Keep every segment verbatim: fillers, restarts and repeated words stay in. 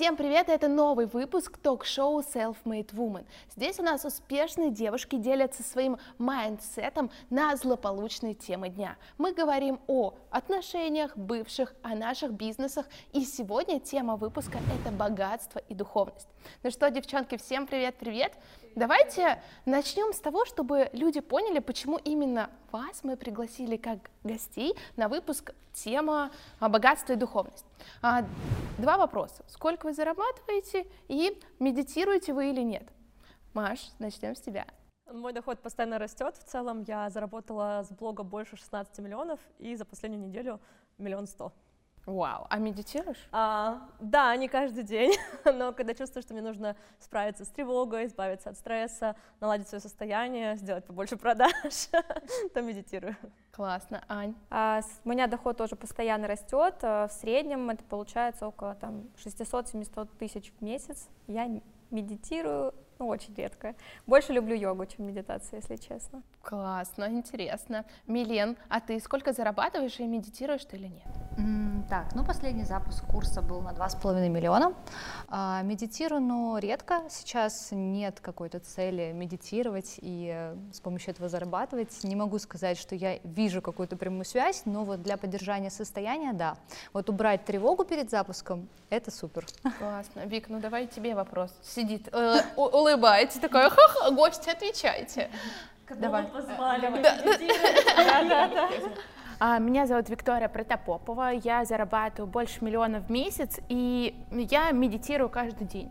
Всем привет! Это новый выпуск ток-шоу Self-Made Woman. Здесь у нас успешные девушки делятся своим майндсетом на злополучные темы дня. Мы говорим о отношениях, бывших, о наших бизнесах, и сегодня тема выпуска — это богатство и духовность. Ну что, девчонки, всем привет-привет! Давайте начнем с того, чтобы люди поняли, почему именно вас мы пригласили как гостей на выпуск тема богатство и духовность. Два вопроса. Сколько вы зарабатываете и медитируете вы или нет? Маш, начнем с тебя. Мой доход постоянно растет. В целом я заработала с блога больше шестнадцати миллионов и за последнюю неделю миллион сто. Вау, а медитируешь? А, да, не каждый день, но когда чувствую, что мне нужно справиться с тревогой, избавиться от стресса, наладить свое состояние, сделать побольше продаж, то медитирую. Классно. Ань? А, у меня доход тоже постоянно растет. В среднем это получается около там, шестисот-семисот тысяч в месяц. Я медитирую, ну, очень редко. Больше люблю йогу, чем медитацию, если честно. Классно, интересно. Милен, а ты сколько зарабатываешь и медитируешь ты или нет? Mm, так, ну последний запуск курса был на два с половиной миллиона. А, медитирую, но редко. Сейчас нет какой-то цели медитировать и с помощью этого зарабатывать. Не могу сказать, что я вижу какую-то прямую связь, но вот для поддержания состояния, да. Вот убрать тревогу перед запуском — это супер. Классно. Вик, ну давай тебе вопрос. Сидит, э, улыбается, такая, ха-ха, гости, отвечайте. Давай. Позвали, да, да, да, да. А, меня зовут Виктория Протопопова, я зарабатываю больше миллиона в месяц, и я медитирую каждый день.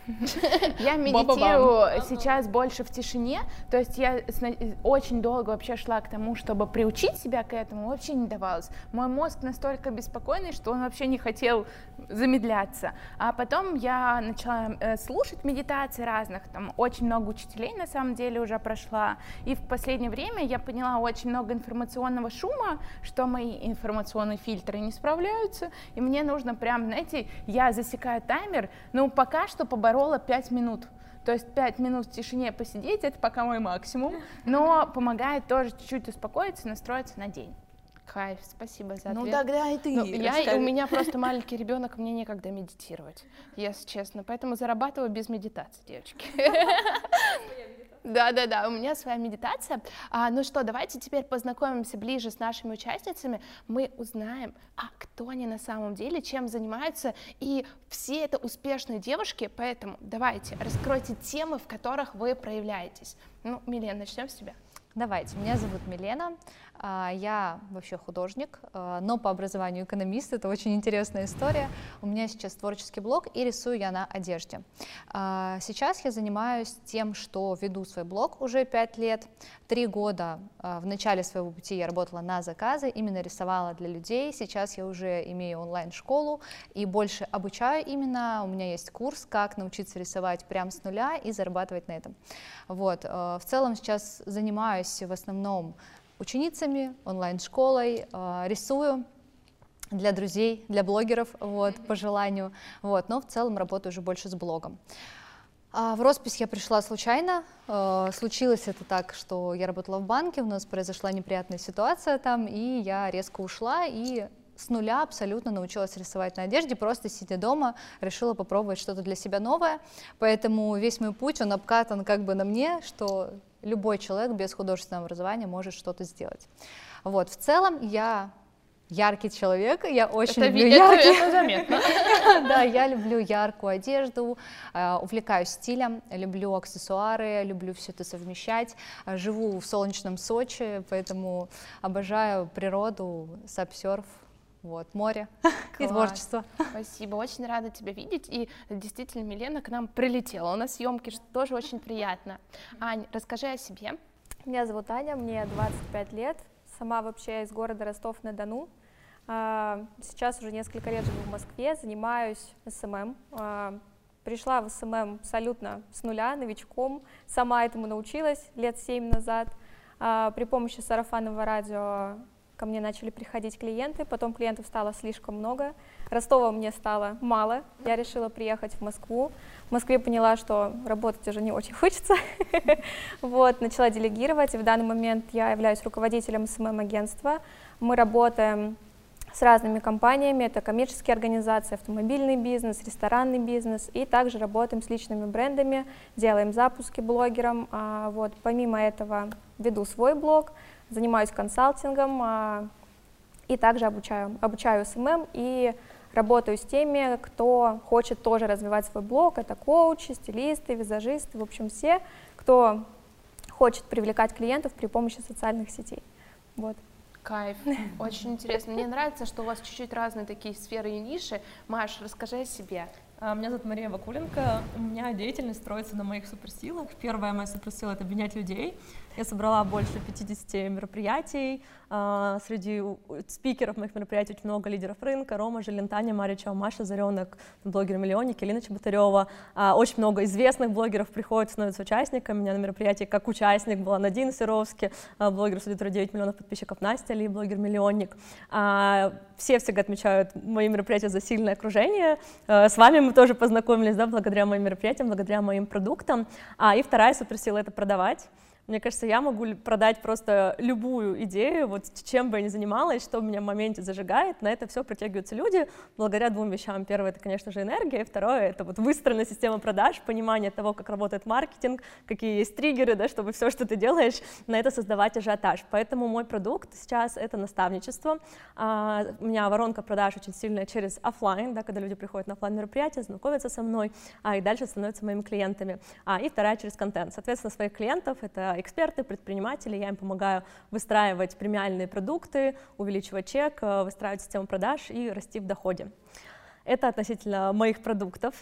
Я медитирую сейчас больше в тишине, то есть я очень долго вообще шла к тому, чтобы приучить себя к этому, вообще не давалось. Мой мозг настолько беспокойный, что он вообще не хотел замедляться. А потом я начала слушать медитации разных, там очень много учителей на самом деле уже прошла, и в последнее время я поняла очень много информационного шума, что мои информационные фильтры не справляются, и мне нужно прям, знаете, я засекаю таймер, ну пока что поборола пять минут. То есть пять минут в тишине посидеть — это пока мой максимум, но помогает тоже чуть-чуть успокоиться, настроиться на день. Кайф, спасибо за ответ. Ну тогда и ты. Ну, я, у меня просто маленький ребенок, мне некогда медитировать, если честно, поэтому зарабатываю без медитации, девочки. Да, да, да, у меня своя медитация. А, ну что, давайте теперь познакомимся ближе с нашими участницами. Мы узнаем, а кто они на самом деле, чем занимаются. И все это успешные девушки, поэтому давайте раскройте темы, в которых вы проявляетесь. Ну, Милен, начнем с тебя. Давайте, меня зовут Милена, я вообще художник, но по образованию экономист, это очень интересная история. У меня сейчас творческий блог, и рисую я на одежде. Сейчас я занимаюсь тем, что веду свой блог уже пять лет. Три года в начале своего пути я работала на заказы, именно рисовала для людей. Сейчас я уже имею онлайн-школу и больше обучаю именно. У меня есть курс, как научиться рисовать прямо с нуля и зарабатывать на этом. Вот. В целом сейчас занимаюсь в основном ученицами, онлайн-школой, рисую для друзей, для блогеров, вот, по желанию, вот, но в целом работаю уже больше с блогом. В роспись я пришла случайно, случилось это так, что я работала в банке, у нас произошла неприятная ситуация там, и я резко ушла и с нуля абсолютно научилась рисовать на одежде, просто сидя дома, решила попробовать что-то для себя новое, поэтому весь мой путь, он обкатан как бы на мне, что любой человек без художественного образования может что-то сделать. Вот, в целом я яркий человек, я очень это люблю видно, яркий... это заметно. Да, я люблю яркую одежду, увлекаюсь стилем, люблю аксессуары, люблю все это совмещать. Живу в солнечном Сочи, поэтому обожаю природу, сапсерф. Вот, море и творчество. Спасибо, очень рада тебя видеть. И действительно, Милена к нам прилетела. У нас съемки, что тоже очень приятно. Ань, расскажи о себе. Меня зовут Аня, мне двадцать пять лет. Сама вообще из города Ростов-на-Дону. Сейчас уже несколько лет живу в Москве, занимаюсь эс эм эм. Пришла в эс эм эм абсолютно с нуля, новичком. Сама этому научилась лет семь назад. При помощи сарафанного радио ко мне начали приходить клиенты, потом клиентов стало слишком много, Ростова мне стало мало, я решила приехать в Москву. В Москве поняла, что работать уже не очень хочется, вот, начала делегировать, и в данный момент я являюсь руководителем эс эм эм-агентства. Мы работаем с разными компаниями, это коммерческие организации, автомобильный бизнес, ресторанный бизнес, и также работаем с личными брендами, делаем запуски блогерам. А, вот. Помимо этого веду свой блог, занимаюсь консалтингом а, и также обучаю, обучаю эс эм эм и работаю с теми, кто хочет тоже развивать свой блог, это коучи, стилисты, визажисты, в общем, все, кто хочет привлекать клиентов при помощи социальных сетей. Вот. Кайф, очень интересно. Мне нравится, что у вас чуть-чуть разные такие сферы и ниши. Маш, расскажи о себе. Меня зовут Мария Вакуленко. У меня деятельность строится на моих суперсилах. Первая моя суперсила — это объединять людей. Я собрала больше пятидесяти мероприятий. Среди спикеров моих мероприятий очень много лидеров рынка: Рома Жилин, Таня Маричева, Маша Заренок, блогер-миллионник, Елена Чеботарева. Очень много известных блогеров приходят, становятся участниками. У меня на мероприятии как участник была Надина Серовски, блогер с аудиторией девять миллионов подписчиков, Настя Ли, блогер-миллионник. Все всегда отмечают мои мероприятия за сильное окружение. С вами мы тоже познакомились, да, благодаря моим мероприятиям, благодаря моим продуктам. А, и вторая суперсила — это продавать. Мне кажется, я могу продать просто любую идею, вот чем бы я ни занималась, что меня в моменте зажигает, на это все притягиваются люди благодаря двум вещам. Первое — это, конечно же, энергия, и второе — это вот выстроенная система продаж, понимание того, как работает маркетинг, какие есть триггеры, да, чтобы все, что ты делаешь, на это создавать ажиотаж. Поэтому мой продукт сейчас — это наставничество. А, у меня воронка продаж очень сильная через офлайн, да, когда люди приходят на офлайн мероприятия, знакомятся со мной, а, и дальше становятся моими клиентами. А, и вторая — через контент. Соответственно, своих клиентов — это эксперты, предприниматели, я им помогаю выстраивать премиальные продукты, увеличивать чек, выстраивать систему продаж и расти в доходе. Это относительно моих продуктов.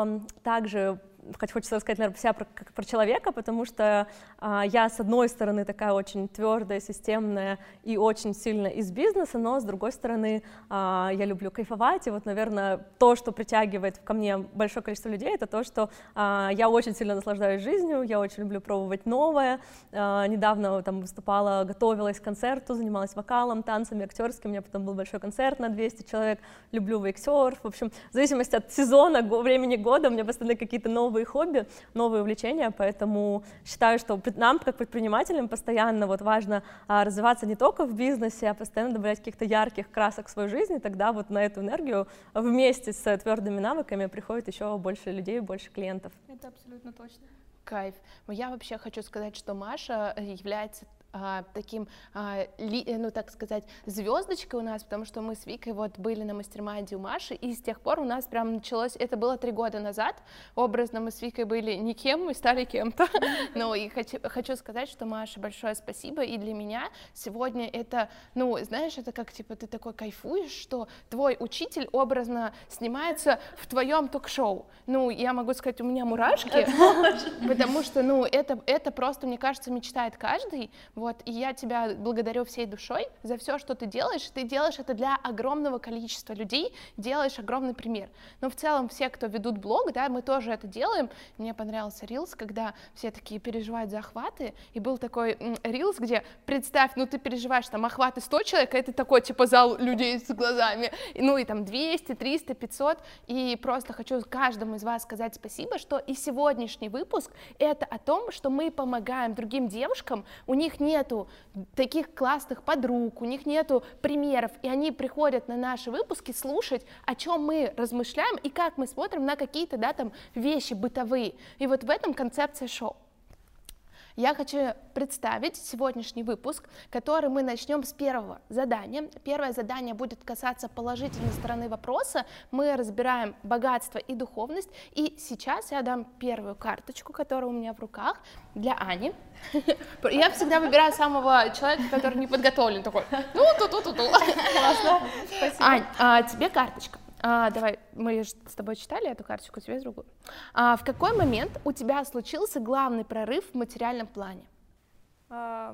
Также хочется рассказать, наверное, себя про, как про человека, потому что а, я, с одной стороны, такая очень твердая, системная и очень сильно из бизнеса, но, с другой стороны, а, я люблю кайфовать, и вот, наверное, то, что притягивает ко мне большое количество людей, это то, что а, я очень сильно наслаждаюсь жизнью, я очень люблю пробовать новое. А, недавно там выступала, готовилась к концерту, занималась вокалом, танцами, актерским, у меня потом был большой концерт на двести человек, люблю вейксерф, в общем, в зависимости от сезона, времени года, у меня постоянно какие-то новые хобби, новые увлечения, поэтому считаю, что нам, как предпринимателям, постоянно вот важно а, развиваться не только в бизнесе, а постоянно добавлять каких-то ярких красок в свою жизнь, и тогда вот на эту энергию вместе с твердыми навыками приходит еще больше людей, больше клиентов. Это абсолютно точно. Кайф. Я вообще хочу сказать, что Маша является а, таким, а, ли, ну так сказать, звездочкой у нас, потому что мы с Викой вот были на мастер-майнде у Маши, и с тех пор у нас прям началось, это было три года назад, образно мы с Викой были никем, мы стали кем-то. Ну и хочу, хочу сказать, что, Маша, большое спасибо, и для меня сегодня это, ну, знаешь, это как, типа, ты такой кайфуешь, что твой учитель образно снимается в твоем ток-шоу. Ну, я могу сказать, у меня мурашки, потому что, ну, это, это просто, мне кажется, мечтает каждый. Вот, и я тебя благодарю всей душой за все, что ты делаешь. Ты делаешь это для огромного количества людей, делаешь огромный пример. Но в целом все, кто ведут блог, да, мы тоже это делаем. Мне понравился рилс, когда все такие переживают за охваты, и был такой рилс, где, представь, ну ты переживаешь, там, охваты сто человек, а это такой, типа, зал людей с глазами, ну и там двести, триста, пятьсот, и просто хочу каждому из вас сказать спасибо, что и сегодняшний выпуск — это о том, что мы помогаем другим девушкам, у них нет нету таких классных подруг, у них нету примеров, и они приходят на наши выпуски слушать, о чем мы размышляем и как мы смотрим на какие-то, да, там, вещи бытовые. И вот в этом концепция шоу. Я хочу представить сегодняшний выпуск, который мы начнем с первого задания. Первое задание будет касаться положительной стороны вопроса. Мы разбираем богатство и духовность. И сейчас я дам первую карточку, которая у меня в руках, для Ани. Я всегда выбираю самого человека, который не подготовлен, такой, ну, ту-ту-ту-ту. Классно. Ань, а, тебе карточка. А, давай, мы же с тобой читали эту карточку, тебе другую. А, в какой момент у тебя случился главный прорыв в материальном плане? А,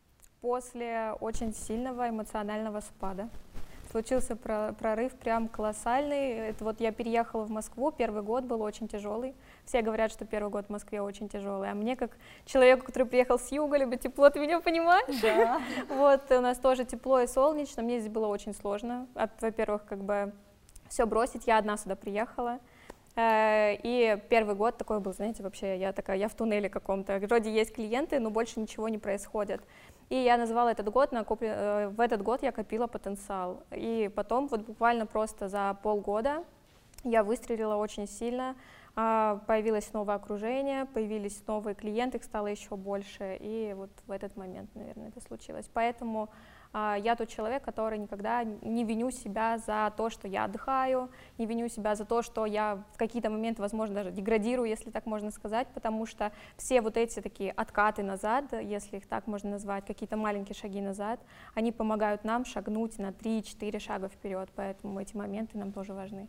после очень сильного эмоционального спада. Случился прорыв прям колоссальный. Это вот я переехала в Москву, первый год был очень тяжелый. Все говорят, что первый год в Москве очень тяжелый, а мне, как человеку, который приехал с юга, любит тепло, ты меня понимаешь? Да. Вот, у нас тоже тепло и солнечно, мне здесь было очень сложно. Во-первых, как бы все бросить, я одна сюда приехала. и первый год такой был, знаете, вообще я такая, я в туннеле каком-то, вроде есть клиенты, но больше ничего не происходит. И я назвала этот год, накоплен, э, в этот год я копила потенциал. И потом вот буквально просто за полгода я выстрелила очень сильно, э, появилось новое окружение, появились новые клиенты, их стало еще больше, и вот в этот момент, наверное, это случилось. Поэтому э, я тот человек, который никогда не виню себя за то, что я отдыхаю, не виню себя за то, что я в какие-то моменты, возможно, даже деградирую, если так можно сказать, потому что все вот эти такие откаты назад, если их так можно назвать, какие-то маленькие шаги назад, они помогают нам шагнуть на три-четыре шага вперед, поэтому эти моменты нам тоже важны.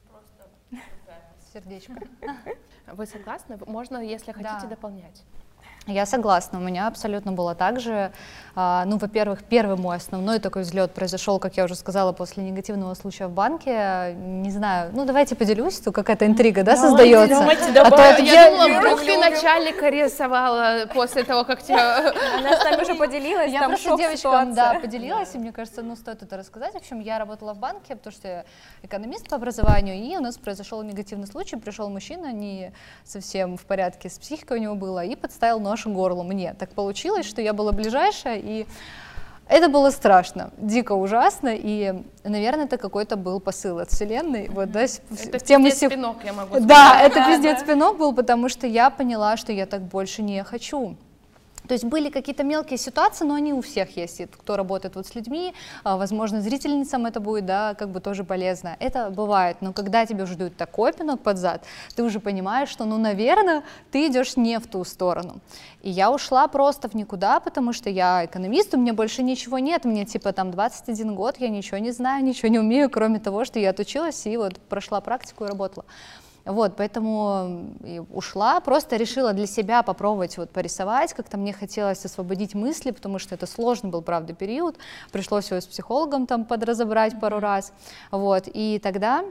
Сердечко. Вы согласны? Можно, если хотите, Да. дополнять. Я согласна, у меня абсолютно было так же. А, ну, во-первых, первый мой основной такой взлет произошел, как я уже сказала, после негативного случая в банке. Не знаю, ну давайте поделюсь, тут какая-то интрига, да, создается. А то это я, я думала, вдруг ты начальника рисовала после того, как тебя... Она с нами уже поделилась, Я там просто шок девочкам, да, ситуация. поделилась, и мне кажется, ну, стоит это рассказать. В общем, я работала в банке, потому что я экономист по образованию, и у нас произошел негативный случай, пришел мужчина, не совсем в порядке с психикой у него было, и подставил нож к горлу мне. Так получилось, что я была ближайшая, и это было страшно, дико ужасно, и, наверное, это какой-то был посыл от Вселенной. Вот, да, это в тему пиздец-пинок, я могу сказать. Да, это пиздец-пинок был, потому что я поняла, что я так больше не хочу. То есть были какие-то мелкие ситуации, но они у всех есть, и кто работает вот с людьми, возможно, зрительницам это будет, да, как бы тоже полезно. Это бывает, но когда тебе уже дают такой пинок под зад, ты уже понимаешь, что, ну, наверное, ты идешь не в ту сторону. И я ушла просто в никуда, потому что я экономист, у меня больше ничего нет, мне типа там двадцать один год, я ничего не знаю, ничего не умею, кроме того, что я отучилась и вот прошла практику и работала. Вот, поэтому и ушла, просто решила для себя попробовать вот порисовать, как-то мне хотелось освободить мысли, потому что это сложный был, правда, период, пришлось его с психологом там подразобрать пару раз, вот, и тогда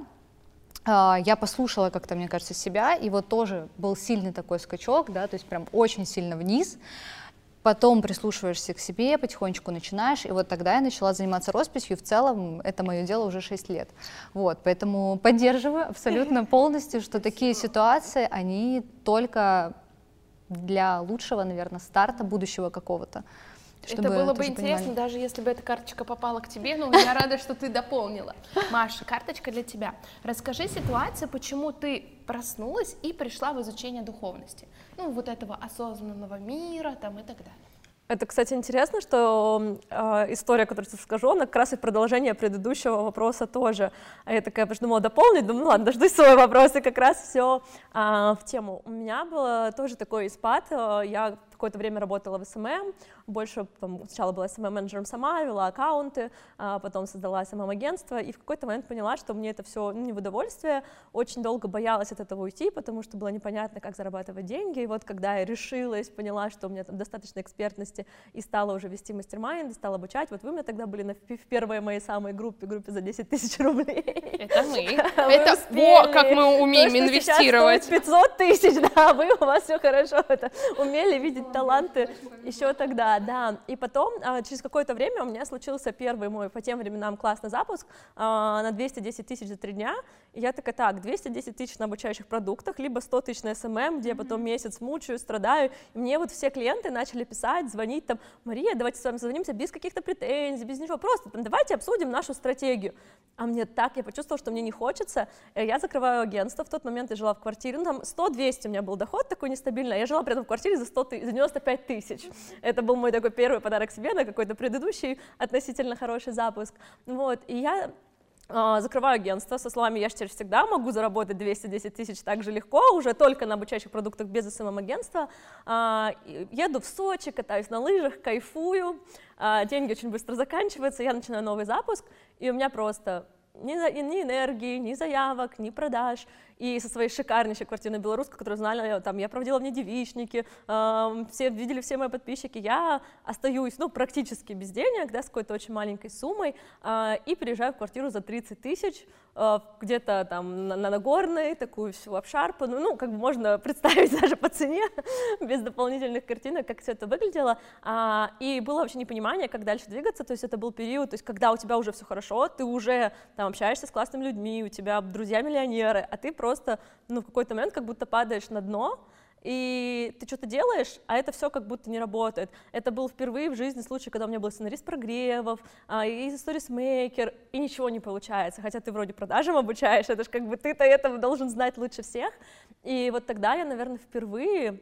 э, я послушала как-то, мне кажется, себя, и вот тоже был сильный такой скачок, да, то есть прям очень сильно вниз. Потом прислушиваешься к себе, потихонечку начинаешь, и вот тогда я начала заниматься росписью, и в целом это мое дело уже шесть лет. Вот, поэтому поддерживаю абсолютно полностью, что такие ситуации, они только для лучшего, наверное, старта будущего какого-то. Это было бы интересно, понимали. Даже если бы эта карточка попала к тебе, но я рада, что ты дополнила. Маша, карточка для тебя. Расскажи ситуацию, почему ты проснулась и пришла в изучение духовности. Ну, вот этого осознанного мира там и так далее. Это, кстати, интересно, что э, история, которую я скажу, она как раз и продолжение предыдущего вопроса тоже. А я такая подумала дополнить, думаю, ну ладно, дождусь свой вопрос, и как раз все э, в тему. У меня был тоже такой спад, я какое-то время работала в эс эм эм, больше, там, сначала была эс эм эм-менеджером сама, вела аккаунты, а потом создала эс эм эм-агентство, и в какой-то момент поняла, что мне это все не в удовольствие, очень долго боялась от этого уйти, потому что было непонятно, как зарабатывать деньги, и вот когда я решилась, поняла, что у меня там достаточно экспертности, и стала уже вести мастер-майнды, стала обучать, вот вы у меня тогда были на, в первой моей самой группе, группе за десять тысяч рублей. Это мы. Это о, как мы умеем инвестировать. пятьсот тысяч, да, вы, у вас все хорошо, это умели видеть таланты еще тогда, да. И потом, через какое-то время у меня случился первый мой по тем временам классный запуск на двести десять тысяч за три дня. И я такая, так, двести десять тысяч на обучающих продуктах, либо сто тысяч на эс эм эм, где я потом месяц мучаюсь, страдаю. И мне вот все клиенты начали писать, звонить там, Мария, давайте с вами созвонимся без каких-то претензий, без ничего, просто там, давайте обсудим нашу стратегию. А мне так, я почувствовала, что мне не хочется. Я закрываю агентство, в тот момент я жила в квартире, ну там сто-двести у меня был доход такой нестабильный, а я жила при этом в квартире за, сто, за девяносто пять тысяч. Это был мой такой первый подарок себе на какой-то предыдущий относительно хороший запуск. Вот, и я э, закрываю агентство со словами, я же теперь всегда могу заработать двести десять тысяч так же легко, уже только на обучающих продуктах без эс эм эм-агентства. Э, еду в Сочи, катаюсь на лыжах, кайфую, э, деньги очень быстро заканчиваются, я начинаю новый запуск, и у меня просто ни, ни энергии, ни заявок, ни продаж. И со своей шикарнейшей квартиры на Белорусской, которую знали, там, я проводила вне девичники, э, все видели все мои подписчики, я остаюсь, ну, практически без денег, да, с какой-то очень маленькой суммой, э, и переезжаю в квартиру за тридцать тысяч, э, где-то там на, на Нагорной, такую всю обшарпанную, ну, как бы можно представить даже по цене, без дополнительных картинок, как все это выглядело, э, и было вообще непонимание, как дальше двигаться, то есть это был период, то есть когда у тебя уже все хорошо, ты уже там общаешься с классными людьми, у тебя друзья-миллионеры, а ты просто просто, ну, в какой-то момент как будто падаешь на дно, и ты что-то делаешь, а это все как будто не работает. Это был впервые в жизни случай, когда у меня был сценарист прогревов, а, и сторисмейкер, и ничего не получается, хотя ты вроде продажам обучаешь, это же как бы ты-то этого должен знать лучше всех. И вот тогда я, наверное, впервые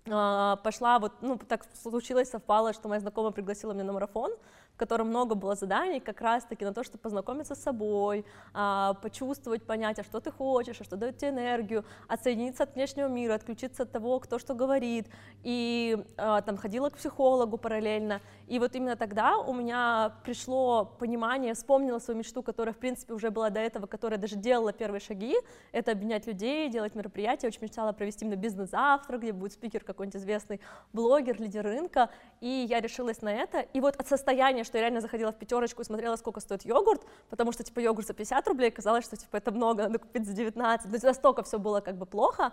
а, пошла, вот, ну, так случилось, совпало, что моя знакомая пригласила меня на марафон, в котором много было заданий как раз-таки на то, чтобы познакомиться с собой, а, почувствовать, понять, а что ты хочешь, а что дает тебе энергию, отсоединиться от внешнего мира, отключиться от того, кто что говорит, и а, там ходила к психологу параллельно, и вот именно тогда у меня пришло понимание, вспомнила свою мечту, которая, в принципе, уже была до этого, которая даже делала первые шаги, это объединять людей, делать мероприятия, очень мечтала провести именно бизнес-завтрак, где будет спикер какой-нибудь известный блогер, лидер рынка, и я решилась на это, и вот от состояния, что я реально заходила в пятерочку и смотрела, сколько стоит йогурт, потому что, типа, йогурт за пятьдесят рублей, казалось, что, типа, это много, надо купить за девятнадцать, но настолько все было, как бы, плохо,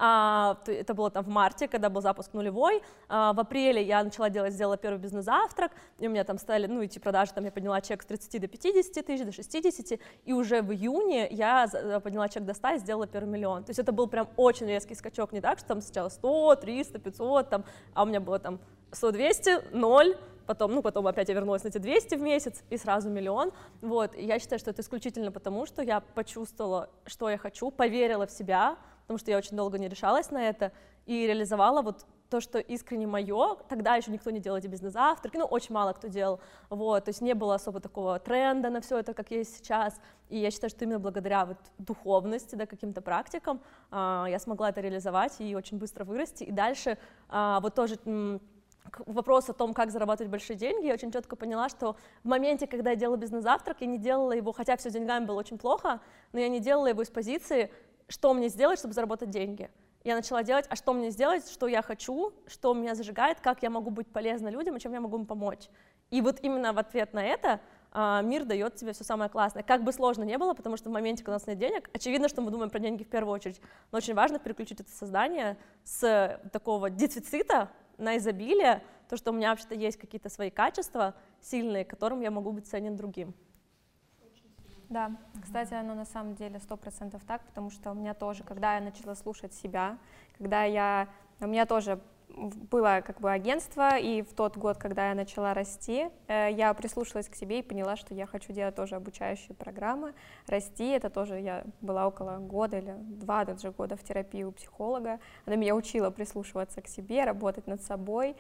а, это было там в марте, когда был запуск нулевой, а, в апреле я начала делать, сделала первый бизнес-завтрак, и у меня там стали, ну, идти продажи, там я подняла чек с тридцати до пятидесяти тысяч, до шестидесяти, и уже в июне я подняла чек до ста и сделала первый миллион, то есть это был прям очень резкий скачок, не так, что там сначала сто, триста, пятьсот, там, а у меня было там сто, двести, ноль, потом, ну, потом опять я вернулась на эти двести в месяц, и сразу миллион, вот, и я считаю, что это исключительно потому, что я почувствовала, что я хочу, поверила в себя, потому что я очень долго не решалась на это, и реализовала вот то, что искренне мое, тогда еще никто не делал эти бизнес-завтраки, ну, очень мало кто делал, вот, то есть не было особо такого тренда на все это, как есть сейчас, и я считаю, что именно благодаря вот духовности, да, каким-то практикам а, я смогла это реализовать и очень быстро вырасти, и дальше а, вот тоже вопрос о том, как зарабатывать большие деньги, я очень четко поняла, что в моменте, когда я делала бизнес-завтрак, я не делала его, хотя все с деньгами было очень плохо, но я не делала его из позиции, что мне сделать, чтобы заработать деньги. Я начала делать, а что мне сделать, что я хочу, что меня зажигает, как я могу быть полезна людям и чем я могу им помочь. И вот именно в ответ на это а, мир дает тебе все самое классное. Как бы сложно не было, потому что в моменте, когда у нас нет денег, очевидно, что мы думаем про деньги в первую очередь, но очень важно переключить это создание с такого дефицита на изобилие, то, что у меня вообще-то есть какие-то свои качества сильные, которым я могу быть ценен другим. Да, кстати, оно на самом деле сто процентов так, потому что у меня тоже, когда я начала слушать себя, когда я, у меня тоже было как бы агентство, и в тот год, когда я начала расти, я прислушалась к себе и поняла, что я хочу делать тоже обучающие программы, расти, это тоже я была около года или два даже года в терапии у психолога, она меня учила прислушиваться к себе, работать над собой,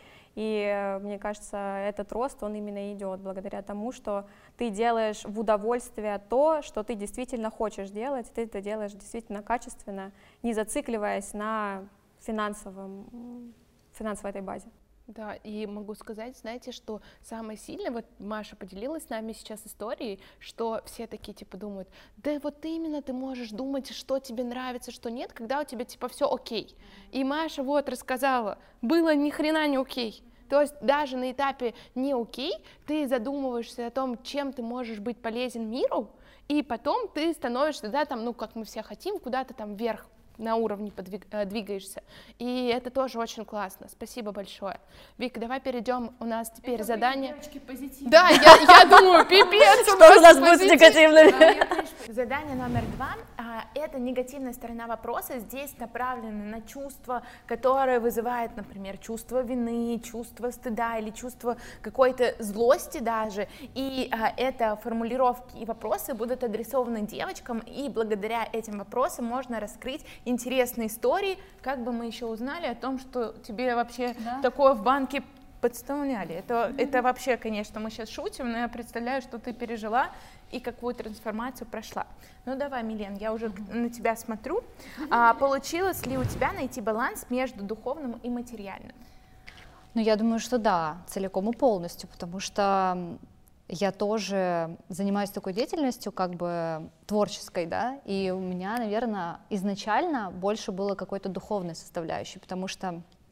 и мне кажется, этот рост, он именно идет благодаря тому, что ты делаешь в удовольствие то, что ты действительно хочешь делать, ты это делаешь действительно качественно, не зацикливаясь на финансовом финансовой этой базе. Да, и могу сказать, знаете, что самое сильное, вот Маша поделилась с нами сейчас историей, что все такие, типа, думают, да вот именно ты можешь думать, что тебе нравится, что нет, когда у тебя, типа, все окей. И Маша вот рассказала, было ни хрена не окей. То есть даже на этапе не окей ты задумываешься о том, чем ты можешь быть полезен миру, и потом ты становишься, да, там, ну, как мы все хотим, куда-то там вверх на уровне подвиг, э, двигаешься. И это тоже очень классно. Спасибо большое. Вик, давай перейдем. У нас теперь это задание. Девочки, позитивно. Да, я, я думаю, пипец. Что у нас будет с негативными? Задание номер два а, – это негативная сторона вопроса. Здесь направлено на чувство, которое вызывает, например, чувство вины, чувство стыда или чувство какой-то злости даже. И а, это формулировки и вопросы будут адресованы девочкам, и благодаря этим вопросам можно раскрыть интересные истории, как бы мы еще узнали о том, что тебе вообще да. такое в банке подставляли. Это, mm-hmm. это вообще, конечно, мы сейчас шутим, но я представляю, что ты пережила и какую трансформацию прошла. Ну давай, Милен, я уже mm-hmm. на тебя смотрю. Mm-hmm. А, получилось ли у тебя найти баланс между духовным и материальным? Ну, я думаю, что да, целиком и полностью, потому что я тоже занимаюсь такой деятельностью, как бы творческой, да, и у меня, наверное, изначально больше было какой-то духовной составляющей, потому что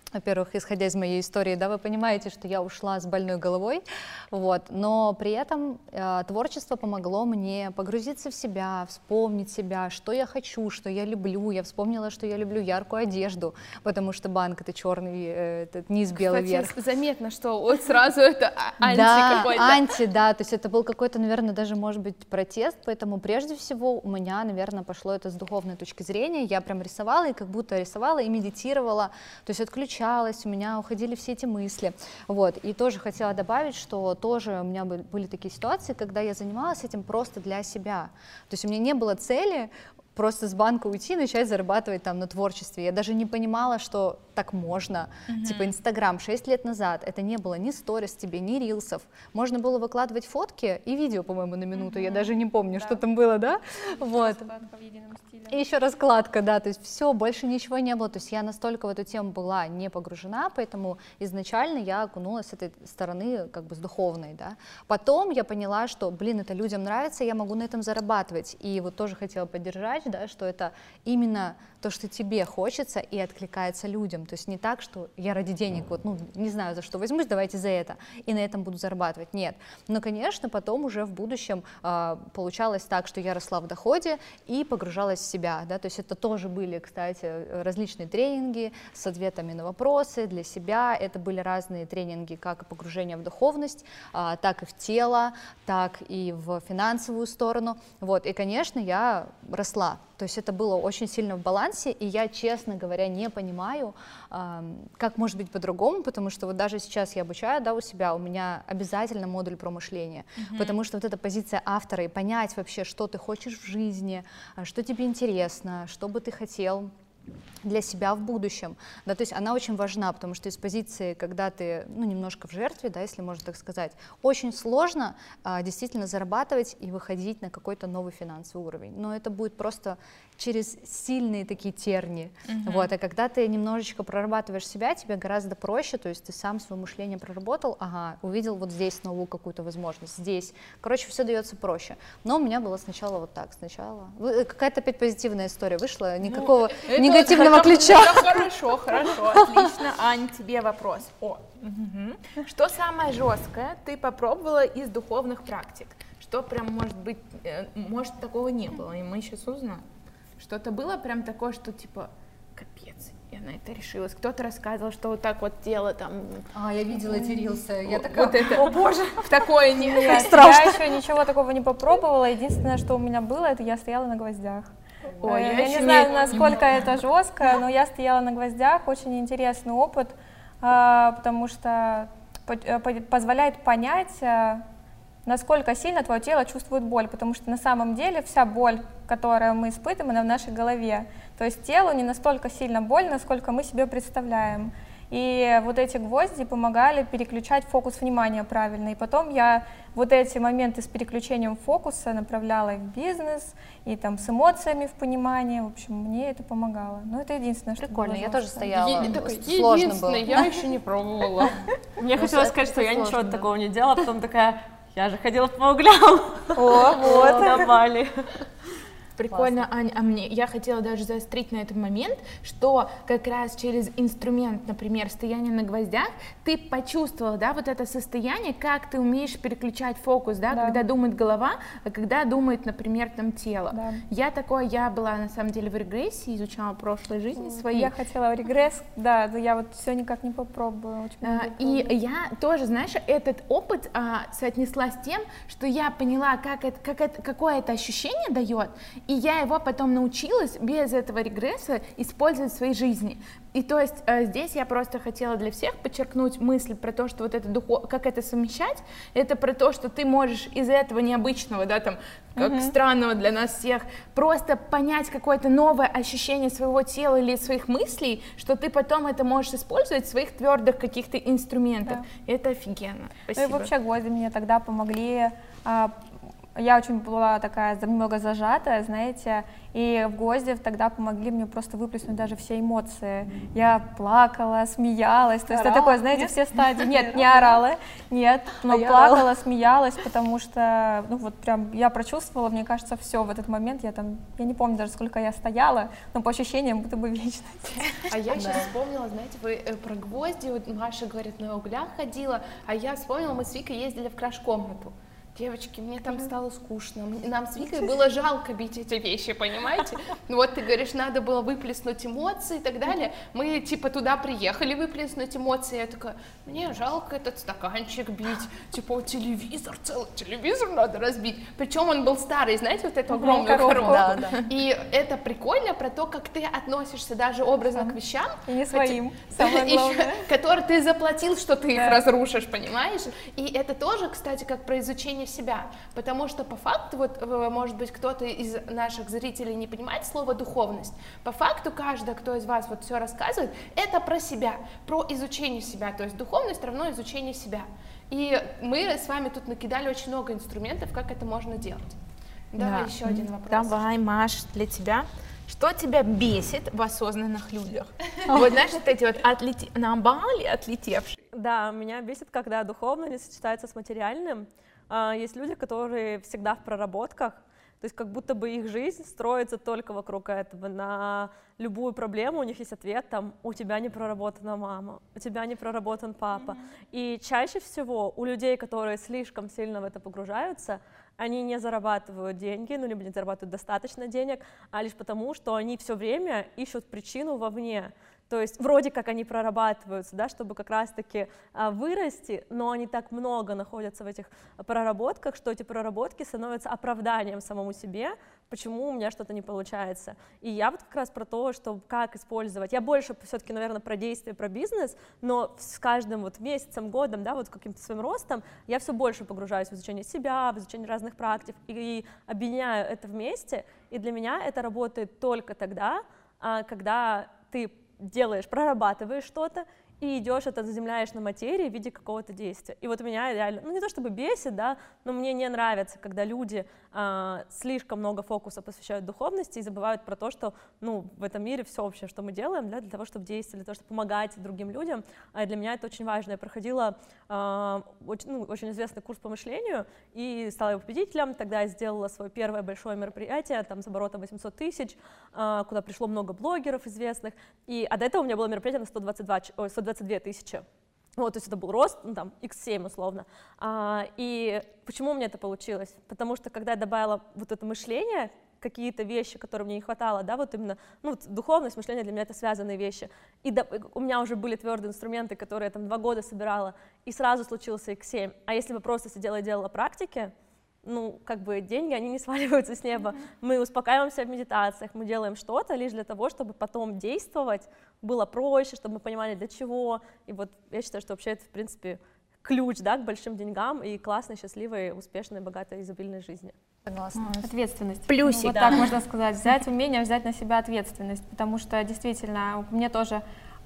Во-первых, исходя из моей истории, да, вы понимаете, что я ушла с больной головой, вот, но при этом э, творчество помогло мне погрузиться в себя, вспомнить себя, что я хочу, что я люблю. Я вспомнила, что я люблю яркую одежду, потому что банк — это черный, э, этот низ, белый верх. Кстати, заметно, что вот сразу это анти да, какой-то. анти, да, то есть это был какой-то, наверное, даже, может быть, протест, поэтому прежде всего у меня, наверное, пошло это с духовной точки зрения. Я прям рисовала, и как будто рисовала и медитировала, то есть отключалась, у меня уходили все эти мысли, вот, и тоже хотела добавить, что тоже у меня были такие ситуации, когда я занималась этим просто для себя, то есть у меня не было цели просто с банка уйти и начать зарабатывать там на творчестве. Я даже не понимала, что так можно. Mm-hmm. Типа Инстаграм шесть лет назад, это не было ни сторис тебе, ни рилсов. Можно было выкладывать фотки и видео, по-моему, на минуту. Mm-hmm. Я даже не помню, да. что там было, да? Вот. Раскладка в едином стиле. И еще раскладка, да, то есть все, больше ничего не было. То есть я настолько в эту тему была не погружена, поэтому изначально я окунулась с этой стороны как бы с духовной, да. Потом я поняла, что, блин, это людям нравится, я могу на этом зарабатывать. И вот тоже хотела поддержать, да, что это именно то, что тебе хочется и откликается людям. То есть не так, что я ради денег, вот, ну, не знаю, за что возьмусь, давайте за это, и на этом буду зарабатывать. Нет. Но, конечно, потом уже в будущем э, получалось так, что я росла в доходе и погружалась в себя, да, то есть это тоже были, кстати, различные тренинги с ответами на вопросы для себя, это были разные тренинги, как и погружение в духовность, э, так и в тело, так и в финансовую сторону, вот, и, конечно, я росла. То есть это было очень сильно в балансе, и я, честно говоря, не понимаю, э, как может быть по-другому, потому что вот даже сейчас я обучаю, да, у себя, у меня обязательно модуль про мышление, mm-hmm. потому что вот эта позиция автора и понять вообще, что ты хочешь в жизни, что тебе интересно, что бы ты хотел для себя в будущем, да, то есть она очень важна, потому что из позиции, когда ты, ну, немножко в жертве, да, если можно так сказать, очень сложно а, действительно зарабатывать и выходить на какой-то новый финансовый уровень, но это будет просто через сильные такие терни, uh-huh. вот, а когда ты немножечко прорабатываешь себя, тебе гораздо проще, то есть ты сам свое мышление проработал, ага, увидел вот здесь новую какую-то возможность, здесь, короче, все дается проще, но у меня было сначала вот так, сначала, какая-то опять позитивная история вышла, никакого ну, негативного это, ключа. Это хорошо, хорошо, отлично. Ань, тебе вопрос. О, угу. Что самое жесткое ты попробовала из духовных практик? Что прям, может быть, может, такого не было, и мы сейчас узнаем. Что-то было прям такое, что типа, капец, я на это решилась. Кто-то рассказывал, что вот так вот дело там... А, я видела эти рилсы, я вот, такая, вот это, о боже, в такое не... Нет, страшно. я еще ничего такого не попробовала, единственное, что у меня было, это я стояла на гвоздях. Ой, я, я я не знаю, насколько это жестко, но я стояла на гвоздях, очень интересный опыт, потому что позволяет понять, насколько сильно твое тело чувствует боль, потому что на самом деле вся боль, которую мы испытываем, она в нашей голове. То есть телу не настолько сильно больно, насколько мы себе представляем. И вот эти гвозди помогали переключать фокус внимания правильно. И потом я вот эти моменты с переключением фокуса направляла и в бизнес, и там с эмоциями в понимание. В общем, мне это помогало. Но это единственное, что прикольно, было я тоже стояла, Е- сложно было. я еще не пробовала. Мне хотелось сказать, что я ничего такого не делала, потом такая, я же ходила по углям. О, вот. На Бали. Прикольно, Ань, а мне, я хотела даже заострить на этот момент, что как раз через инструмент, например, стояние на гвоздях, ты почувствовала, да, вот это состояние, как ты умеешь переключать фокус, да, Да. когда думает голова, а когда думает, например, там тело. Да. Я такое, я была на самом деле в регрессии, изучала прошлой жизни свои. Я хотела регресс, да, но я вот все никак не попробую. Очень А, много И пробую. я тоже, знаешь, этот опыт а, соотнесла с тем, что я поняла, как это, как это, какое это ощущение дает, и я его потом научилась без этого регресса использовать в своей жизни. И то есть а, здесь я просто хотела для всех подчеркнуть мысль про то, что вот это духов... как это совмещать, это про то, что ты можешь из этого необычного, да, там, как Мгм. странного для нас всех, просто понять какое-то новое ощущение своего тела или своих мыслей, что ты потом это можешь использовать в своих твердых каких-то инструментах. Это офигенно. Ну и Спасибо. вообще гвозди мне тогда помогли а, я очень была такая немного зажатая, знаете, и в ГОСе тогда помогли мне просто выплеснуть даже все эмоции. Я плакала, смеялась, то есть это такое, знаете, нет? Все стадии. Нет, не орала, нет, но а плакала, смеялась, потому что, ну вот прям я прочувствовала, мне кажется, все в этот момент, я там, я не помню даже, сколько я стояла, но по ощущениям будто бы вечность. А я сейчас вспомнила, знаете, вы про гвозди, вот Маша говорит, на углях ходила, а я вспомнила, мы с Викой ездили в краш-комнату. Девочки, мне там стало скучно, нам с Викой было жалко бить эти вещи, понимаете? Ну вот ты говоришь, надо было выплеснуть эмоции и так далее. Мы типа туда приехали выплеснуть эмоции, я такая, мне жалко этот стаканчик бить, типа телевизор, целый телевизор надо разбить. Причем он был старый, знаете, вот эту огромную коробку. Да, да. И это прикольно про то, как ты относишься даже образно Сам. к вещам. И не своим, самое главное. Которые ты заплатил, что ты их разрушишь, понимаешь? И это тоже, кстати, как про изучение себя, потому что по факту, вот, может быть, кто-то из наших зрителей не понимает слово духовность, по факту каждый, кто из вас вот все рассказывает, это про себя, про изучение себя, то есть духовность равно изучение себя. И мы с вами тут накидали очень много инструментов, как это можно делать. Давай да. еще один вопрос. Давай, Маш, для тебя. Что тебя бесит в осознанных людях? Вот знаешь, вот эти вот отлети... на бале отлетевшие. Да, меня бесит, когда духовно не сочетается с материальным. Есть люди, которые всегда в проработках, то есть как будто бы их жизнь строится только вокруг этого. На любую проблему у них есть ответ, там, у тебя не проработана мама, у тебя не проработан папа. Mm-hmm. И чаще всего у людей, которые слишком сильно в это погружаются, они не зарабатывают деньги, ну, либо не зарабатывают достаточно денег, а лишь потому, что они все время ищут причину вовне. То есть вроде как они прорабатываются, да, чтобы как раз-таки а, вырасти, но они так много находятся в этих проработках, что эти проработки становятся оправданием самому себе, почему у меня что-то не получается. И я вот как раз про то, что как использовать. Я больше все-таки, наверное, про действие, про бизнес, но с каждым вот месяцем, годом, да, вот каким-то своим ростом я все больше погружаюсь в изучение себя, в изучение разных практик и объединяю это вместе. И для меня это работает только тогда, когда ты делаешь, прорабатываешь что-то и идешь, это заземляешь на материи в виде какого-то действия. И вот меня реально, ну не то чтобы бесит, да, но мне не нравится, когда люди а, слишком много фокуса посвящают духовности и забывают про то, что, ну, в этом мире все общее, что мы делаем, да, для того, чтобы действовать, для того, чтобы помогать другим людям. А для меня это очень важно. Я проходила а, очень, ну, очень известный курс по мышлению и стала его победителем. Тогда я сделала свое первое большое мероприятие, там, с оборотом восемьсот тысяч, а, куда пришло много блогеров известных. И, а до этого у меня было мероприятие на сто двадцать два, ой, сто двадцать две тысячи. Вот, то есть это был рост, ну, там, икс семь условно. А, и почему у меня это получилось? Потому что когда я добавила вот это мышление, какие-то вещи, которые мне не хватало, да, вот именно, ну, вот духовность, мышление для меня это связанные вещи. И до, у меня уже были твердые инструменты, которые я там два года собирала, и сразу случился икс семь. А если бы просто сидела и делала практики, ну, как бы деньги, они не сваливаются с неба. Mm-hmm. Мы успокаиваемся в медитациях, мы делаем что-то лишь для того, чтобы потом действовать было проще, чтобы мы понимали, для чего. И вот я считаю, что вообще это, в принципе, ключ, да, к большим деньгам и классной, счастливой, успешной, богатой, изобильной жизни. Согласна. Mm-hmm. Ответственность. Плюсик. Ну, вот да. Так можно сказать. Взять умение, взять на себя ответственность, потому что действительно мне тоже,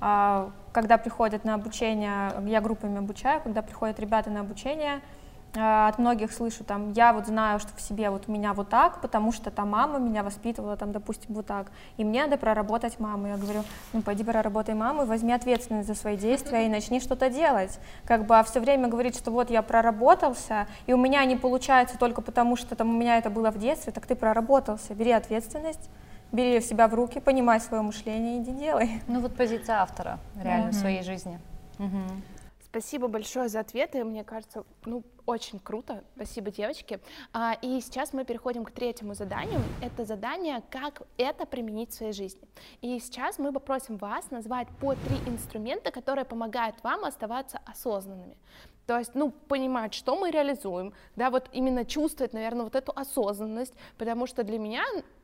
когда приходят на обучение, я группами обучаю, когда приходят ребята на обучение, от многих слышу, там, я вот знаю, что в себе вот у меня вот так, потому что там мама меня воспитывала, там, допустим, вот так, и мне надо проработать маму. Я говорю, ну, пойди проработай маму, возьми ответственность за свои действия и начни что-то делать. Как бы, а все время говорить, что вот я проработался, и у меня не получается только потому, что там у меня это было в детстве, так ты проработался, бери ответственность, бери себя в руки, понимай свое мышление, иди делай. Ну, вот позиция автора, реально, mm-hmm. в своей жизни. Mm-hmm. Спасибо большое за ответы, мне кажется, ну, очень круто, спасибо, девочки. А, и сейчас мы переходим к третьему заданию, это задание, как это применить в своей жизни. И сейчас мы попросим вас назвать по три инструмента, которые помогают вам оставаться осознанными. То есть, ну, понимать, что мы реализуем, да, вот именно чувствовать, наверное, вот эту осознанность, потому что для меня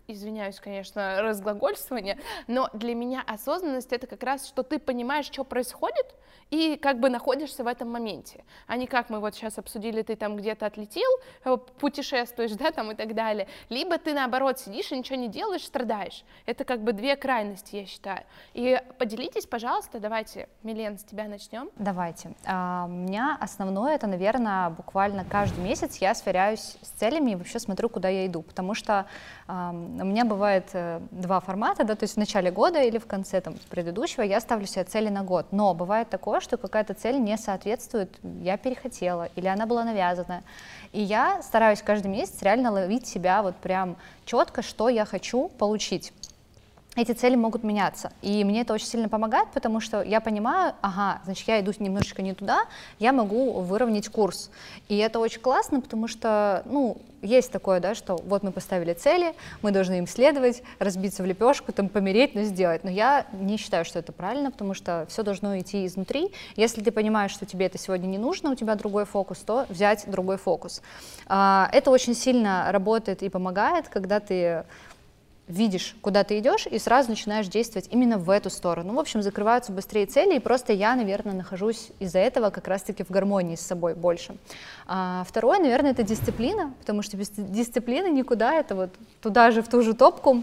извиняюсь, конечно, разглагольствование, но для меня осознанность — это как раз, что ты понимаешь, что происходит, и как бы находишься в этом моменте, а не как мы вот сейчас обсудили, ты там где-то отлетел, путешествуешь, да, там и так далее, либо ты, наоборот, сидишь и ничего не делаешь, страдаешь. Это как бы две крайности, я считаю. И поделитесь, пожалуйста, давайте, Милен, с тебя начнем. Давайте. А, у меня основное, это, наверное, буквально каждый месяц я сверяюсь с целями и вообще смотрю, куда я иду, потому что а, у меня бывает а, два формата, да, то есть в начале года или в конце там предыдущего я ставлю себе цели на год, но бывает такое, что какая-то цель не соответствует, я перехотела, или она была навязанная. И я стараюсь каждый месяц реально ловить себя вот прям четко, что я хочу получить. Эти цели могут меняться, и мне это очень сильно помогает, потому что я понимаю, ага, значит, я иду немножечко не туда, я могу выровнять курс. И это очень классно, потому что, ну, есть такое, да, что вот мы поставили цели, мы должны им следовать, разбиться в лепешку, там, помереть, но сделать. Но я не считаю, что это правильно, потому что все должно идти изнутри. Если ты понимаешь, что тебе это сегодня не нужно, у тебя другой фокус, то взять другой фокус. Это очень сильно работает и помогает, когда ты видишь, куда ты идешь, и сразу начинаешь действовать именно в эту сторону. В общем, закрываются быстрее цели, и просто я, наверное, нахожусь из-за этого как раз-таки в гармонии с собой больше. А второе, наверное, это дисциплина, потому что без дисциплины никуда, это вот туда же, в ту же топку,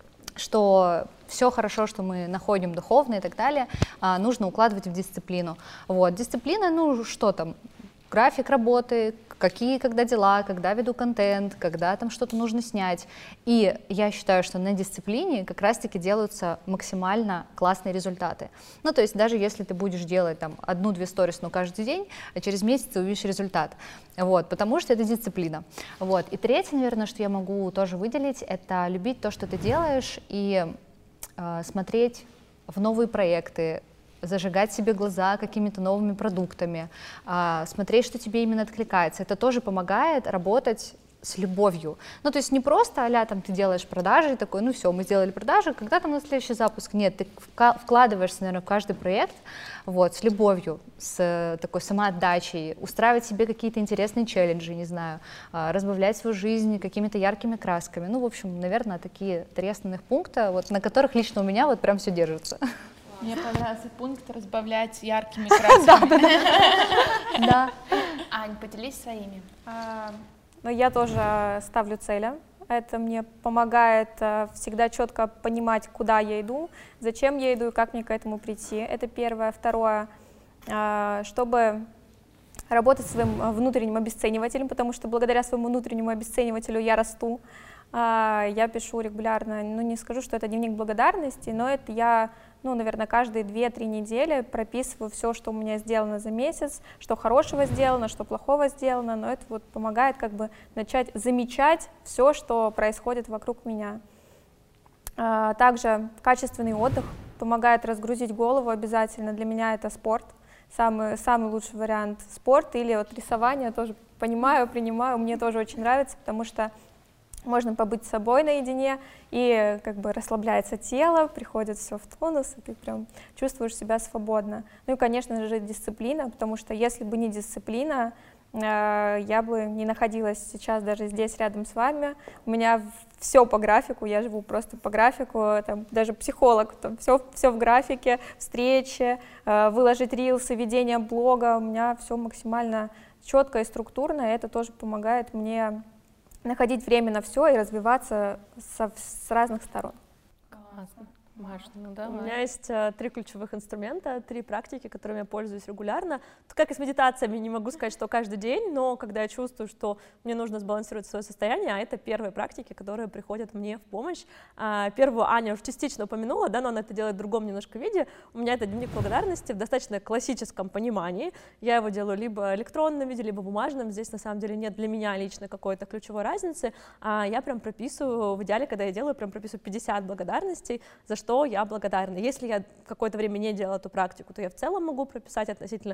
что все хорошо, что мы находим духовно и так далее, а нужно укладывать в дисциплину. Вот, дисциплина, ну что там, график работы, какие, когда дела, когда веду контент, когда там что-то нужно снять. И я считаю, что на дисциплине как раз-таки делаются максимально классные результаты. Ну, то есть даже если ты будешь делать там одну-две сторис, но каждый день, а через месяц ты увидишь результат. Вот, потому что это дисциплина. Вот. И третье, наверное, что я могу тоже выделить, это любить то, что ты делаешь, и э, смотреть в новые проекты, зажигать себе глаза какими-то новыми продуктами, а, смотреть, что тебе именно откликается. Это тоже помогает работать с любовью. Ну, то есть не просто а-ля там ты делаешь продажи и такой, ну все, мы сделали продажи, когда там на следующий запуск? Нет, ты вкладываешься, наверное, в каждый проект вот, с любовью, с такой самоотдачей, устраивать себе какие-то интересные челленджи, не знаю, разбавлять свою жизнь какими-то яркими красками. Ну, в общем, наверное, такие три основных пункта, вот, на которых лично у меня вот прям все держится. Мне понравился пункт разбавлять яркими красками. Да. Ань, поделись своими. Но я тоже ставлю цели. Это мне помогает всегда четко понимать, куда я иду, зачем я иду и как мне к этому прийти. Это первое. Второе, чтобы работать со своим внутренним обесценивателем, потому что благодаря своему внутреннему обесценивателю я расту. Я пишу регулярно, ну не скажу, что это дневник благодарности, но это я, ну, наверное, каждые две-три недели прописываю все, что у меня сделано за месяц, что хорошего сделано, что плохого сделано, но это вот помогает как бы начать замечать все, что происходит вокруг меня. Также качественный отдых помогает разгрузить голову обязательно, для меня это спорт. Самый, самый лучший вариант спорт или вот рисование, тоже понимаю, принимаю, мне тоже очень нравится, потому что можно побыть с собой наедине, и как бы расслабляется тело, приходит все в тонус, и ты прям чувствуешь себя свободно. Ну и, конечно же, дисциплина, потому что если бы не дисциплина, я бы не находилась сейчас даже здесь рядом с вами. У меня все по графику, я живу просто по графику, там, даже психолог, там, все, все в графике, встречи, выложить рилсы, ведение блога, у меня все максимально четко и структурно, и это тоже помогает мне находить время на все и развиваться со, с разных сторон. Классно. Маш, ну да, У меня есть uh, три ключевых инструмента, три практики, которыми я пользуюсь регулярно. Как и с медитациями, не могу сказать, что каждый день, но когда я чувствую, что мне нужно сбалансировать свое состояние, а это первые практики, которые приходят мне в помощь. Uh, первую Аня уже частично упомянула, да, но она это делает в другом немножко виде. У меня это дневник благодарности в достаточно классическом понимании. Я его делаю либо в электронном виде, либо бумажном. Здесь на самом деле нет для меня лично какой-то ключевой разницы. Uh, я прям прописываю, в идеале, когда я делаю, прям прописываю пятьдесят благодарностей, за что я благодарна. Если я какое-то время не делала эту практику, то я в целом могу прописать относительно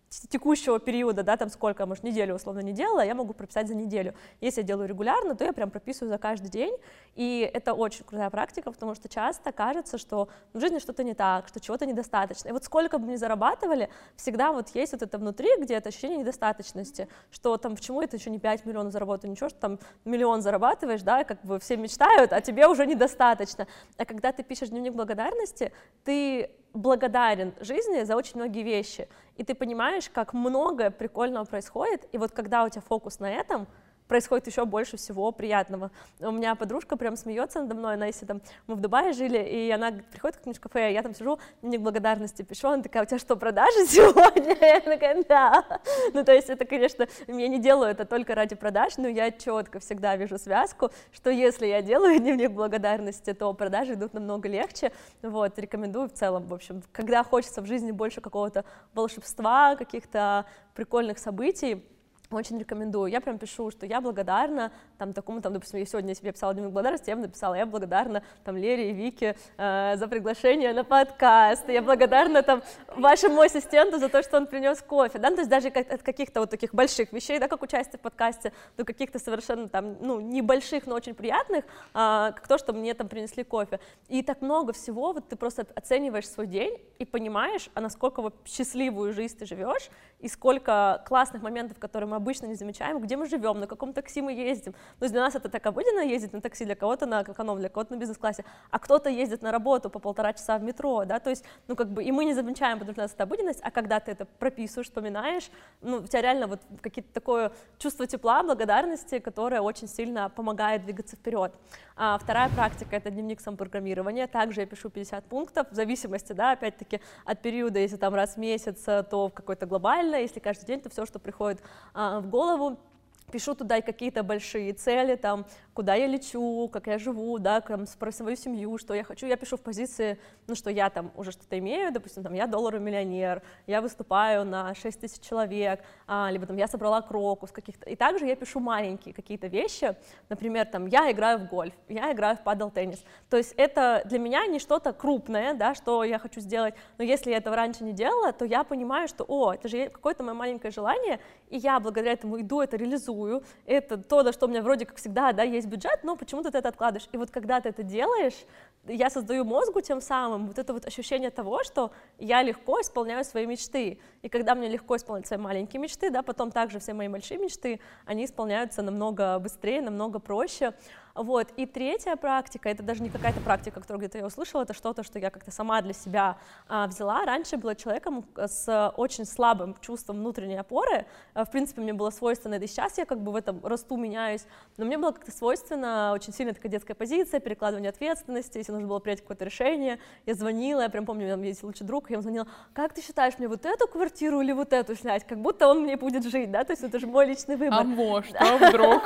текущего периода, да, там сколько, может, неделю условно не делала, я могу прописать за неделю. Если я делаю регулярно, то я прям прописываю за каждый день, и это очень крутая практика, потому что часто кажется, что в жизни что-то не так, что чего-то недостаточно. И вот сколько бы мы ни зарабатывали, всегда вот есть вот это внутри где-то ощущение недостаточности, что там, почему это еще не пять миллионов заработаю, ничего, что там миллион зарабатываешь, да, как бы все мечтают, а тебе уже недостаточно. А когда ты пишешь дневник благодарности, ты благодарен жизни за очень многие вещи, и ты понимаешь, как много прикольного происходит, и вот когда у тебя фокус на этом, происходит еще больше всего приятного. У меня подружка прям смеется надо мной, она, если там, мы в Дубае жили, и она приходит ко мне в кафе, а я там сижу, дневник благодарности пишу, она такая: у тебя что, продажи сегодня? Я такая: да. Ну, то есть это, конечно, я не делаю это только ради продаж, но я четко всегда вижу связку, что если я делаю дневник благодарности, то продажи идут намного легче. Вот, рекомендую в целом, в общем, когда хочется в жизни больше какого-то волшебства, каких-то прикольных событий, очень рекомендую. Я прям пишу, что я благодарна там такому, там, допустим, я сегодня себе писала дневник благодарности, я бы написала: я благодарна там Лере и Вике э, за приглашение на подкаст, я благодарна там вашему ассистенту за то, что он принес кофе, да, ну, то есть даже как, от каких-то вот таких больших вещей, да, как участие в подкасте, до каких-то совершенно там, ну, небольших, но очень приятных, э, как то, что мне там принесли кофе. И так много всего, вот ты просто оцениваешь свой день и понимаешь, а насколько вот счастливую жизнь ты живешь, и сколько классных моментов, которые мы обычно не замечаем, где мы живем, на каком такси мы ездим. То есть для нас это так обыденно ездить на такси, для кого-то на эконом, для кого-то на бизнес-классе, а кто-то ездит на работу по полтора часа в метро, да, то есть, ну, как бы, и мы не замечаем, потому что у нас это обыденность, а когда ты это прописываешь, вспоминаешь, ну, у тебя реально вот какие-то такое чувство тепла, благодарности, которое очень сильно помогает двигаться вперед. А вторая практика — это дневник самопрограммирования, также я пишу пятьдесят пунктов, в зависимости, да, опять-таки, от периода, если там раз в месяц, то какой-то глобально, если каждый день, то все, что приходит а, в голову. Пишу туда и какие-то большие цели, там, куда я лечу, как я живу, да, там, про свою семью, что я хочу. Я пишу в позиции, ну, что я там уже что-то имею, допустим, там, я долларовый миллионер, я выступаю на шесть тысяч человек, а, либо там я собрала крокус каких-то. И также я пишу маленькие какие-то вещи, например, там, я играю в гольф, я играю в падл-теннис. То есть это для меня не что-то крупное, да, что я хочу сделать, но если я этого раньше не делала, то я понимаю, что, о, это же какое-то мое маленькое желание, и я благодаря этому иду, это реализую. Это то, на что у меня вроде как всегда, да, есть бюджет, но почему-то ты это откладываешь. И вот когда ты это делаешь, я создаю мозгу тем самым вот это вот ощущение того, что я легко исполняю свои мечты. И когда мне легко исполнять свои маленькие мечты, да, потом также все мои большие мечты, они исполняются намного быстрее, намного проще. Вот. И третья практика, это даже не какая-то практика, которую где-то я услышала, это что-то, что я как-то сама для себя а, взяла. Раньше была человеком с очень слабым чувством внутренней опоры. В принципе, мне было свойственно, да и сейчас я как бы в этом расту, меняюсь, но мне было как-то свойственно очень сильно такая детская позиция, перекладывание ответственности, если нужно было принять какое-то решение. Я звонила, я прям помню, у меня есть лучший друг, я ему звонила: как ты считаешь, мне вот эту квартиру или вот эту снять? Как будто он мне будет жить, да, то есть это же мой личный выбор. А может, а вдруг?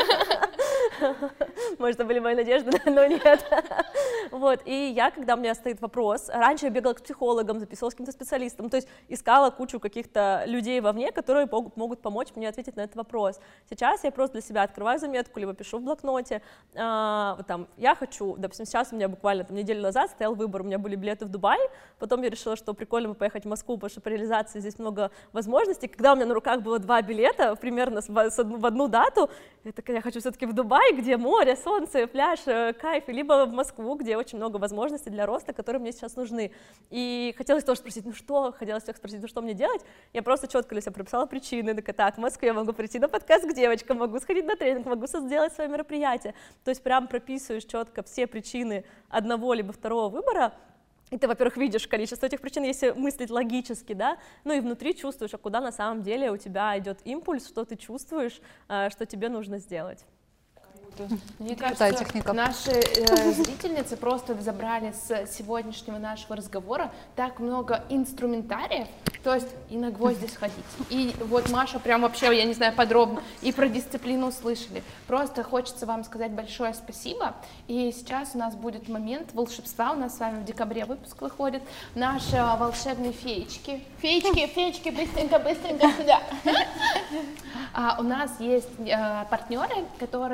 Может, это были мои надежды, но нет. Вот, и я, когда у меня стоит вопрос, раньше я бегала к психологам, записывалась к каким-то специалистам, то есть искала кучу каких-то людей вовне, которые могут помочь мне ответить на этот вопрос. Сейчас я просто для себя открываю заметку, либо пишу в блокноте, а, там, я хочу, допустим, сейчас у меня буквально там, неделю назад стоял выбор, у меня были билеты в Дубай, потом я решила, что прикольно бы поехать в Москву, потому что по реализации здесь много возможностей. Когда у меня на руках было два билета, примерно в одну, в одну дату, я такая: я хочу все-таки в Дубай, где море, солнце, пляж, кайф, либо в Москву, где очень много возможностей для роста, которые мне сейчас нужны. И хотелось тоже спросить, ну что, хотелось всех спросить, ну что мне делать? Я просто четко для себя прописала причины, такая: так, в Москве я могу прийти на подкаст к девочкам, могу сходить на тренинг, могу сделать свое мероприятие. То есть прям прописываешь четко все причины одного либо второго выбора. И ты, во-первых, видишь количество этих причин, если мыслить логически, да, ну и внутри чувствуешь, а куда на самом деле у тебя идет импульс, что ты чувствуешь, что тебе нужно сделать. Мне кажется, наши э, зрительницы просто забрали с сегодняшнего нашего разговора так много инструментариев, то есть и на гвозди сходить, и вот Маша прям вообще, я не знаю, подробно, и про дисциплину услышали. Просто хочется вам сказать большое спасибо, и сейчас у нас будет момент волшебства, у нас с вами в декабре выпуск выходит, наши волшебные феечки, феечки, феечки, быстренько, быстренько сюда. У нас есть партнеры, которые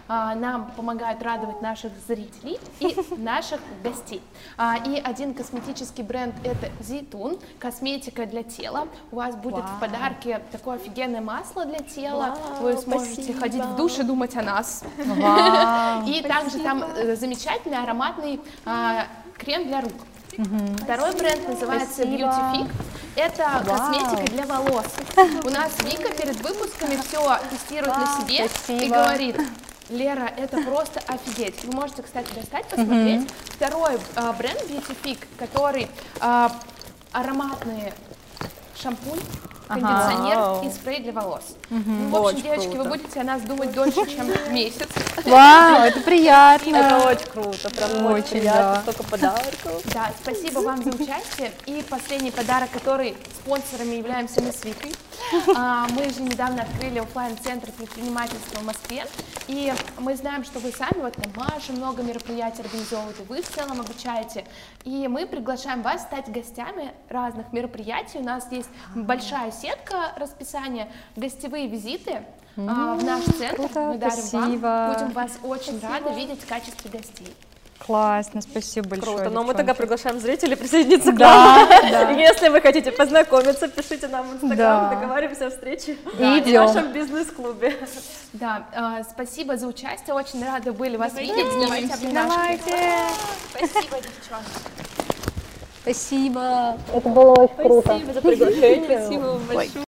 а, нам помогают радовать наших зрителей и наших гостей. А, и один косметический бренд — это Зейтун, косметика для тела. У вас будет Вау. в подарке такое офигенное масло для тела. Вау, Вы сможете спасибо. ходить в душ и думать о нас. Вау. И также там э, замечательный ароматный а, крем для рук. Второй бренд называется Спасибо. Beauty Fix. Это Вау. косметика для волос. У нас Вика перед выпусками все тестирует на себе и спасибо. говорит: Лера, это просто офигеть. Вы можете, кстати, достать, посмотреть. Второй а, бренд Beauty Fix, который а, ароматный шампунь, кондиционер Ага. и спрей для волос. Ну, в общем, Очень девочки, круто. вы будете о нас думать дольше, чем месяц. Вау, это приятно. Это очень круто, прям очень, Очень, приятно, да. столько подарков. Да, спасибо вам за участие. И последний подарок, который спонсорами являемся мы с Викой. А, Мы же недавно открыли офлайн-центр предпринимательства в Москве. И мы знаем, что вы сами, вот там Маша много мероприятий организовывает, и вы в целом обучаете. И мы приглашаем вас стать гостями разных мероприятий. У нас есть большая сетка расписания, гостевые визиты а, в наш центр. круто, Мы дарим спасибо. вам. Будем вас очень рады видеть в качестве гостей. Классно, спасибо большое. Круто, но мы девчонки. тогда приглашаем зрителей присоединиться к Да, нам. да. Если вы хотите познакомиться, пишите нам в Инстаграм, Да. договариваемся о встрече И в идем. нашем бизнес-клубе. Да, э, спасибо за участие, очень рады были вас видеть. Давайте обнимашки. Давайте. Спасибо, девчонки. Спасибо. Спасибо за приглашение. Спасибо вам большое.